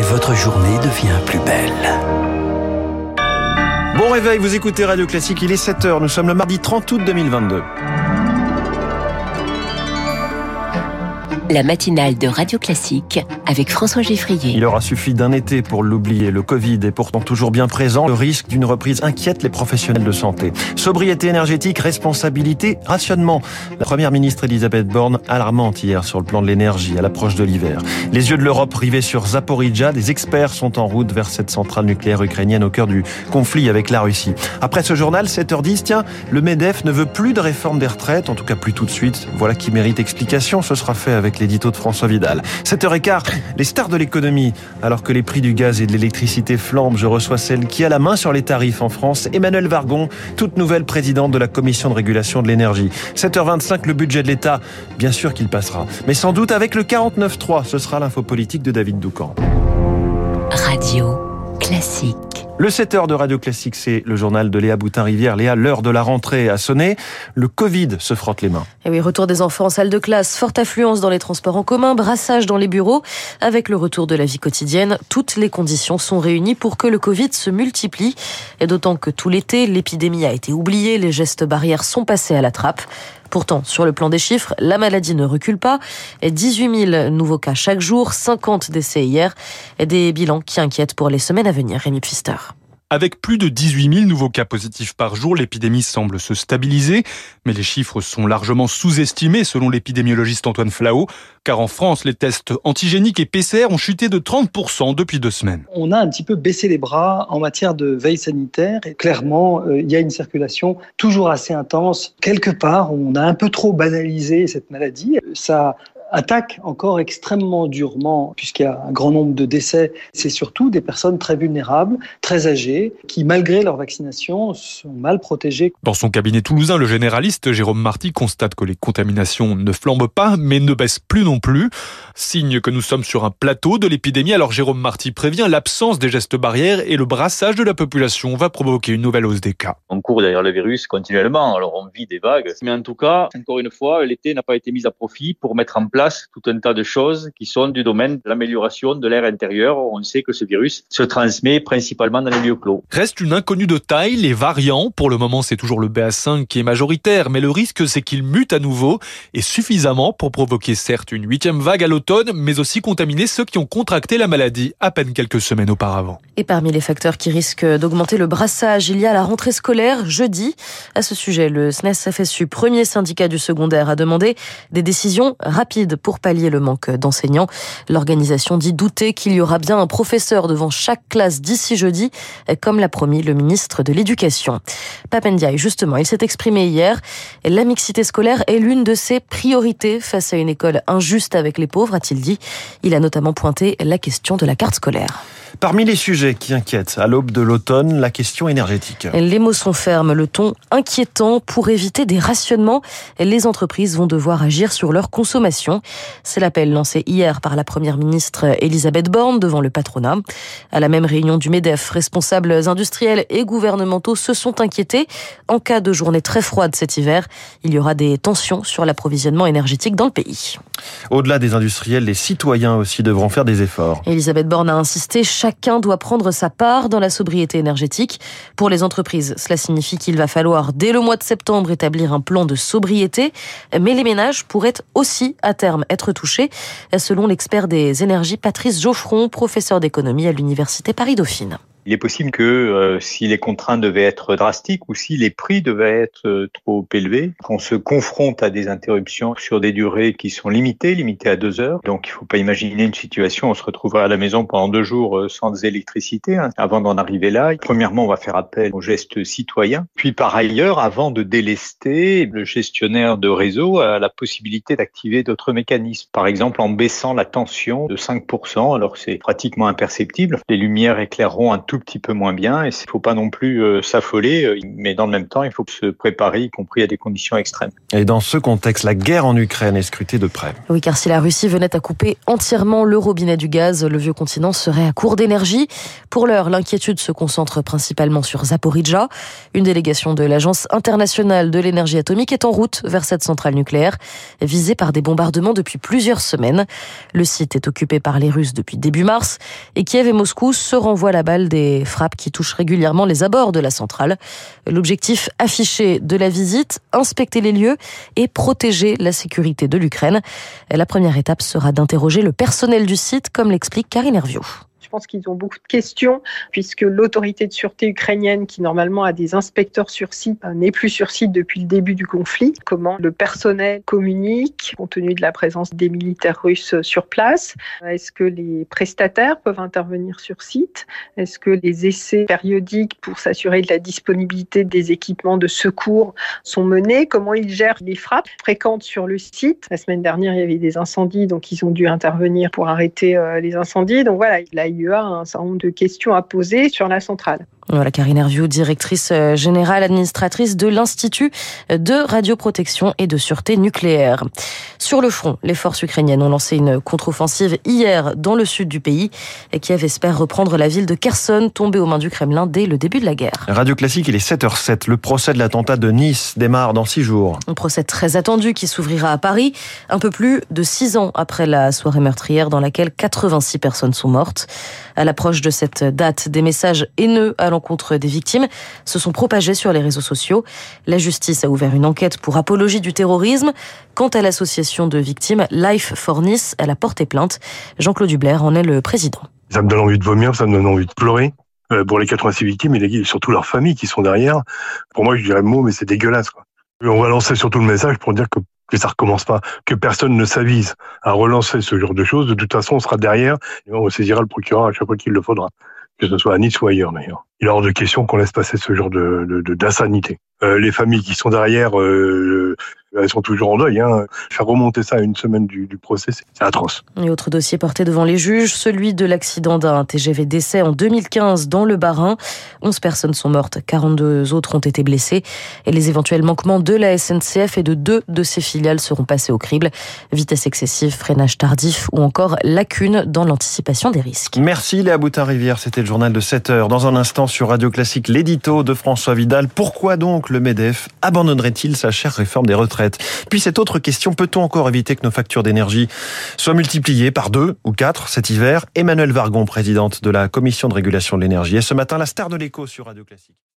et votre journée devient plus belle. Bon réveil, vous écoutez Radio Classique, il est 7h, nous sommes le mardi 30 août 2022. La matinale de Radio Classique avec François Geffrier. Il aura suffi d'un été pour l'oublier. Le Covid est pourtant toujours bien présent. Le risque d'une reprise inquiète les professionnels de santé. Sobriété énergétique, responsabilité, rationnement. La première ministre Elisabeth Borne alarmante hier sur le plan de l'énergie à l'approche de l'hiver. Les yeux de l'Europe rivés sur Zaporijjia. Des experts sont en route vers cette centrale nucléaire ukrainienne au cœur du conflit avec la Russie. Après ce journal, 7h10, tiens, le MEDEF ne veut plus de réforme des retraites, en tout cas plus tout de suite. Voilà qui mérite explication. Ce sera fait avec l'édito de François Vidal. 7h15, les stars de l'économie. Alors que les prix du gaz et de l'électricité flambent, je reçois celle qui a la main sur les tarifs en France, Emmanuelle Wargon, toute nouvelle présidente de la Commission de régulation de l'énergie. 7h25, le budget de l'État, bien sûr qu'il passera. Mais sans doute avec le 49.3, ce sera l'info politique de David Doucan. Radio Classique. Le 7h de Radio Classique, c'est le journal de Léa Boutin-Rivière. Léa, l'heure de la rentrée a sonné. Le Covid se frotte les mains. Et oui, retour des enfants en salle de classe, forte affluence dans les transports en commun, brassage dans les bureaux. Avec le retour de la vie quotidienne, toutes les conditions sont réunies pour que le Covid se multiplie. Et d'autant que tout l'été, l'épidémie a été oubliée, les gestes barrières sont passés à la trappe. Pourtant, sur le plan des chiffres, la maladie ne recule pas. 18 000 nouveaux cas chaque jour, 50 décès hier. Et des bilans qui inquiètent pour les semaines à venir. Rémi Pfister. Avec plus de 18 000 nouveaux cas positifs par jour, l'épidémie semble se stabiliser. Mais les chiffres sont largement sous-estimés selon l'épidémiologiste Antoine Flahault. Car en France, les tests antigéniques et PCR ont chuté de 30% depuis 2 semaines. On a un petit peu baissé les bras en matière de veille sanitaire. Et clairement, il y a une circulation toujours assez intense. Quelque part, on a un peu trop banalisé cette maladie. Ça attaque encore extrêmement durement, puisqu'il y a un grand nombre de décès. C'est surtout des personnes très vulnérables, très âgées, qui, malgré leur vaccination, sont mal protégées. Dans son cabinet toulousain, le généraliste Jérôme Marty constate que les contaminations ne flambent pas, mais ne baissent plus non plus. Signe que nous sommes sur un plateau de l'épidémie. Alors Jérôme Marty prévient, l'absence des gestes barrières et le brassage de la population va provoquer une nouvelle hausse des cas. On court derrière le virus continuellement, alors on vit des vagues. Mais en tout cas, encore une fois, l'été n'a pas été mis à profit pour mettre en place tout un tas de choses qui sont du domaine de l'amélioration de l'air intérieur. On sait que ce virus se transmet principalement dans les lieux clos. Reste une inconnue de taille, les variants. Pour le moment, c'est toujours le BA5 qui est majoritaire, mais le risque, c'est qu'il mute à nouveau et suffisamment pour provoquer certes une 8e vague à l'automne, mais aussi contaminer ceux qui ont contracté la maladie à peine quelques semaines auparavant. Et parmi les facteurs qui risquent d'augmenter le brassage, il y a la rentrée scolaire jeudi. À ce sujet, le SNES-FSU, premier syndicat du secondaire, a demandé des décisions rapides pour pallier le manque d'enseignants. L'organisation dit douter qu'il y aura bien un professeur devant chaque classe d'ici jeudi, comme l'a promis le ministre de l'Éducation. Pape Ndiaye, justement, il s'est exprimé hier. La mixité scolaire est l'une de ses priorités face à une école injuste avec les pauvres, a-t-il dit. Il a notamment pointé la question de la carte scolaire. Parmi les sujets qui inquiètent à l'aube de l'automne, la question énergétique. Les mots sont fermes, le ton inquiétant. Pour éviter des rationnements, les entreprises vont devoir agir sur leur consommation. C'est l'appel lancé hier par la première ministre Elisabeth Borne devant le patronat. À la même réunion du MEDEF, responsables industriels et gouvernementaux se sont inquiétés. En cas de journée très froide cet hiver, il y aura des tensions sur l'approvisionnement énergétique dans le pays. Au-delà des industriels, les citoyens aussi devront faire des efforts. Elisabeth Borne a insisté, chacun doit prendre sa part dans la sobriété énergétique. Pour les entreprises, cela signifie qu'il va falloir, dès le mois de septembre, établir un plan de sobriété. Mais les ménages pourraient aussi, à terme, être touchés, selon l'expert des énergies Patrice Geoffron, professeur d'économie à l'Université Paris-Dauphine. Il est possible que si les contraintes devaient être drastiques ou si les prix devaient être trop élevés, on se confronte à des interruptions sur des durées qui sont limitées à 2 heures. Donc il ne faut pas imaginer une situation où on se retrouverait à la maison pendant 2 jours sans électricité. Avant d'en arriver là, premièrement, on va faire appel aux gestes citoyens. Puis par ailleurs, avant de délester, le gestionnaire de réseau a la possibilité d'activer d'autres mécanismes. Par exemple, en baissant la tension de 5%, alors c'est pratiquement imperceptible. Les lumières éclaireront un tout petit peu moins bien et il ne faut pas non plus s'affoler, mais dans le même temps, il faut se préparer, y compris à des conditions extrêmes. Et dans ce contexte, la guerre en Ukraine est scrutée de près. Oui, car si la Russie venait à couper entièrement le robinet du gaz, le vieux continent serait à court d'énergie. Pour l'heure, l'inquiétude se concentre principalement sur Zaporijjia. Une délégation de l'Agence internationale de l'énergie atomique est en route vers cette centrale nucléaire, visée par des bombardements depuis plusieurs semaines. Le site est occupé par les Russes depuis début mars et Kiev et Moscou se renvoient la balle des frappes qui touchent régulièrement les abords de la centrale. L'objectif affiché de la visite, inspecter les lieux et protéger la sécurité de l'Ukraine. La première étape sera d'interroger le personnel du site, comme l'explique Karine Hervieux. Je pense qu'ils ont beaucoup de questions, puisque l'autorité de sûreté ukrainienne, qui normalement a des inspecteurs sur site, n'est plus sur site depuis le début du conflit. Comment le personnel communique, compte tenu de la présence des militaires russes sur place? Est-ce que les prestataires peuvent intervenir sur site? Est-ce que les essais périodiques pour s'assurer de la disponibilité des équipements de secours sont menés? Comment ils gèrent les frappes fréquentes sur le site? La semaine dernière, il y avait des incendies, donc ils ont dû intervenir pour arrêter les incendies. Donc voilà, il y a un certain nombre de questions à poser sur la centrale. Voilà, Karine Hervieux, directrice générale administratrice de l'Institut de radioprotection et de sûreté nucléaire. Sur le front, les forces ukrainiennes ont lancé une contre-offensive hier dans le sud du pays et Kiev espère reprendre la ville de Kherson, tombée aux mains du Kremlin dès le début de la guerre. Radio Classique, il est 7h07. Le procès de l'attentat de Nice démarre dans 6 jours. Un procès très attendu qui s'ouvrira à Paris, un peu plus de 6 ans après la soirée meurtrière dans laquelle 86 personnes sont mortes. À l'approche de cette date, des messages haineux à l'encontre des victimes se sont propagés sur les réseaux sociaux. La justice a ouvert une enquête pour apologie du terrorisme. Quant à l'association de victimes Life for Nice, elle a porté plainte. Jean-Claude Dubler en est le président. Ça me donne envie de vomir, ça me donne envie de pleurer. Pour les 86 victimes et surtout leurs familles qui sont derrière. Pour moi, je dirais le mot, mais c'est dégueulasse, quoi. On va lancer surtout le message pour dire que ça recommence pas, que personne ne s'avise à relancer ce genre de choses. De toute façon, on sera derrière et on saisira le procureur à chaque fois qu'il le faudra, que ce soit à Nice ou ailleurs d'ailleurs. Il est hors de question qu'on laisse passer ce genre d'insanité. Les familles qui sont derrière, elles sont toujours en deuil. Faire remonter ça à une semaine du procès, c'est atroce. Et autre dossier porté devant les juges, celui de l'accident d'un TGV d'essai en 2015 dans le Bas-Rhin. 11 personnes sont mortes, 42 autres ont été blessées. Et les éventuels manquements de la SNCF et de 2 de ses filiales seront passés au crible. Vitesse excessive, freinage tardif ou encore lacunes dans l'anticipation des risques. Merci Léa Boutin-Rivière, c'était le journal de 7h. Dans un instant sur Radio Classique, l'édito de François Vidal. Pourquoi donc le MEDEF abandonnerait-il sa chère réforme des retraites? Puis cette autre question, peut-on encore éviter que nos factures d'énergie soient multipliées par 2 ou 4 cet hiver? Emmanuelle Wargon, présidente de la Commission de régulation de l'énergie. Et ce matin, la star de l'écho sur Radio Classique.